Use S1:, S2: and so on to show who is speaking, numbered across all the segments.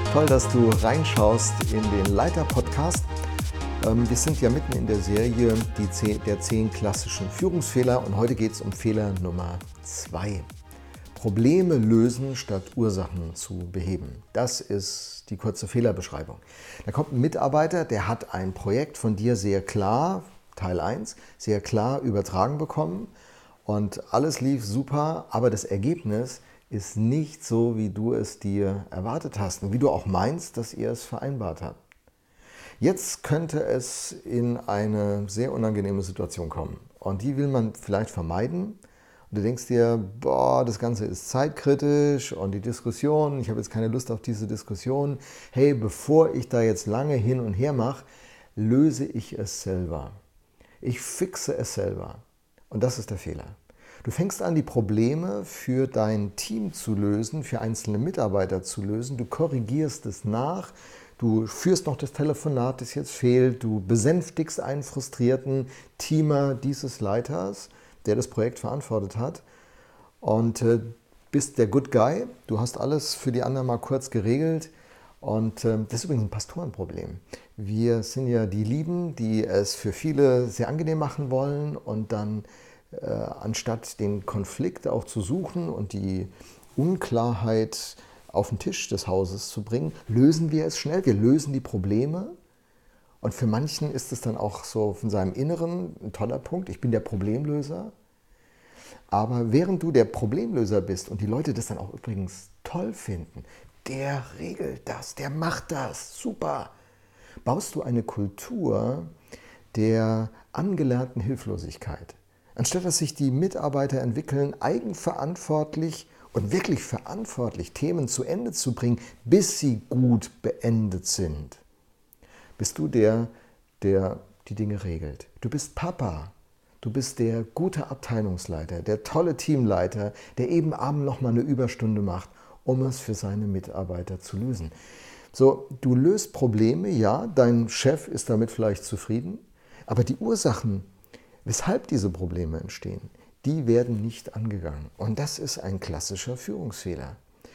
S1: Toll, dass du reinschaust in den Leiter-Podcast. Wir sind ja mitten in der Serie der 10 klassischen Führungsfehler und heute geht es um Fehler Nummer 2. Probleme lösen statt Ursachen zu beheben. Das ist die kurze Fehlerbeschreibung. Da kommt ein Mitarbeiter, der hat ein Projekt von dir sehr klar, Teil 1, sehr klar übertragen bekommen und alles lief super, aber das Ergebnis ist nicht so, wie du es dir erwartet hast und wie du auch meinst, dass ihr es vereinbart habt. Jetzt könnte es in eine sehr unangenehme Situation kommen und die will man vielleicht vermeiden. Und du denkst dir, boah, das Ganze ist zeitkritisch und die Diskussion, ich habe jetzt keine Lust auf diese Diskussion. Hey, bevor ich da jetzt lange hin und her mache, löse ich es selber. Ich fixe es selber. Und das ist der Fehler. Du fängst an, die Probleme für dein Team zu lösen, für einzelne Mitarbeiter zu lösen. Du korrigierst es nach, du führst noch das Telefonat, das jetzt fehlt, du besänftigst einen frustrierten Teamer dieses Leiters, der das Projekt verantwortet hat und bist der Good Guy. Du hast alles für die anderen mal kurz geregelt und das ist übrigens ein Pastorenproblem. Wir sind ja die Lieben, die es für viele sehr angenehm machen wollen und dann anstatt den Konflikt auch zu suchen und die Unklarheit auf den Tisch des Hauses zu bringen, lösen wir es schnell. Wir lösen die Probleme. Und für manchen ist es dann auch so von seinem Inneren ein toller Punkt. Ich bin der Problemlöser. Aber während du der Problemlöser bist und die Leute das dann auch übrigens toll finden, der regelt das, der macht das, super, baust du eine Kultur der angelernten Hilflosigkeit. Anstatt dass sich die Mitarbeiter entwickeln, eigenverantwortlich und wirklich verantwortlich Themen zu Ende zu bringen, bis sie gut beendet sind, bist du der die Dinge regelt. Du bist Papa, du bist der gute Abteilungsleiter, der tolle Teamleiter, der eben abends nochmal eine Überstunde macht, um es für seine Mitarbeiter zu lösen. So, du löst Probleme, ja, dein Chef ist damit vielleicht zufrieden, aber die Ursachen, weshalb diese Probleme entstehen, die werden nicht angegangen. Und das ist ein klassischer Führungsfehler.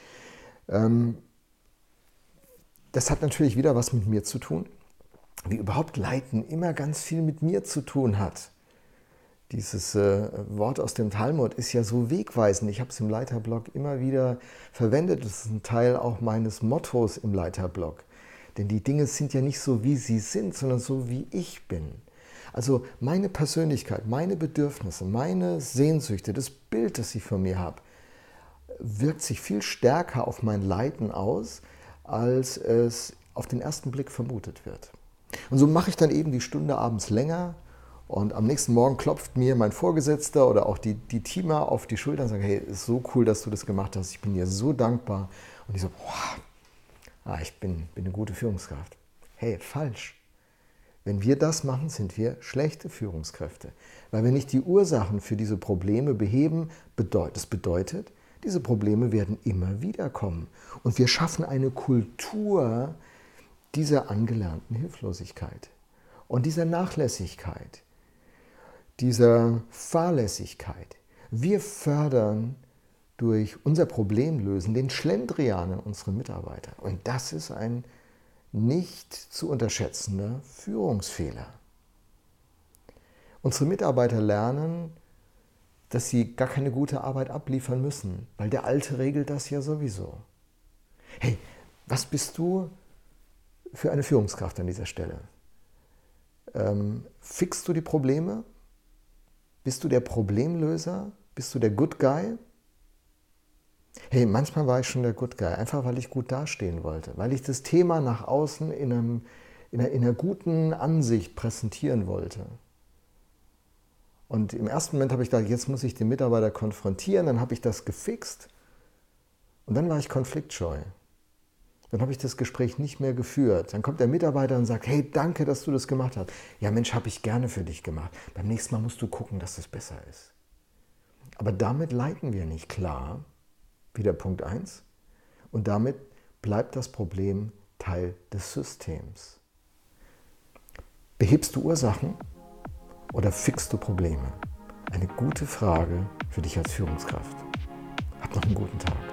S1: Das hat natürlich wieder was mit mir zu tun. Wie überhaupt Leiten immer ganz viel mit mir zu tun hat. Dieses Wort aus dem Talmud ist ja so wegweisend. Ich habe es im Leiterblog immer wieder verwendet. Das ist ein Teil auch meines Mottos im Leiterblog. Denn die Dinge sind ja nicht so, wie sie sind, sondern so, wie ich bin. Also meine Persönlichkeit, meine Bedürfnisse, meine Sehnsüchte, das Bild, das ich von mir habe, wirkt sich viel stärker auf mein Leiten aus, als es auf den ersten Blick vermutet wird. Und so mache ich dann eben die Stunde abends länger und am nächsten Morgen klopft mir mein Vorgesetzter oder auch die Teamer auf die Schulter und sagen, hey, ist so cool, dass du das gemacht hast, ich bin dir so dankbar. Und ich so, boah, ich bin eine gute Führungskraft. Hey, falsch. Wenn wir das machen, sind wir schlechte Führungskräfte, weil wir nicht die Ursachen für diese Probleme beheben. Das bedeutet, diese Probleme werden immer wieder kommen. Und wir schaffen eine Kultur dieser angelernten Hilflosigkeit und dieser Nachlässigkeit, dieser Fahrlässigkeit. Wir fördern durch unser Problemlösen den Schlendrian in unsere Mitarbeiter. Und das ist ein nicht zu unterschätzender Führungsfehler. Unsere Mitarbeiter lernen, dass sie gar keine gute Arbeit abliefern müssen, weil der Alte regelt das ja sowieso. Hey, was bist du für eine Führungskraft an dieser Stelle? Fixst du die Probleme? Bist du der Problemlöser? Bist du der Good Guy? Hey, manchmal war ich schon der Good Guy, einfach weil ich gut dastehen wollte, weil ich das Thema nach außen in einer guten Ansicht präsentieren wollte. Und im ersten Moment habe ich gedacht, jetzt muss ich den Mitarbeiter konfrontieren, dann habe ich das gefixt und dann war ich konfliktscheu. Dann habe ich das Gespräch nicht mehr geführt. Dann kommt der Mitarbeiter und sagt, hey, danke, dass du das gemacht hast. Ja, Mensch, habe ich gerne für dich gemacht. Beim nächsten Mal musst du gucken, dass es besser ist. Aber damit leiten wir nicht klar. Wieder Punkt 1. Und damit bleibt das Problem Teil des Systems. Behebst du Ursachen oder fixst du Probleme? Eine gute Frage für dich als Führungskraft. Hab noch einen guten Tag.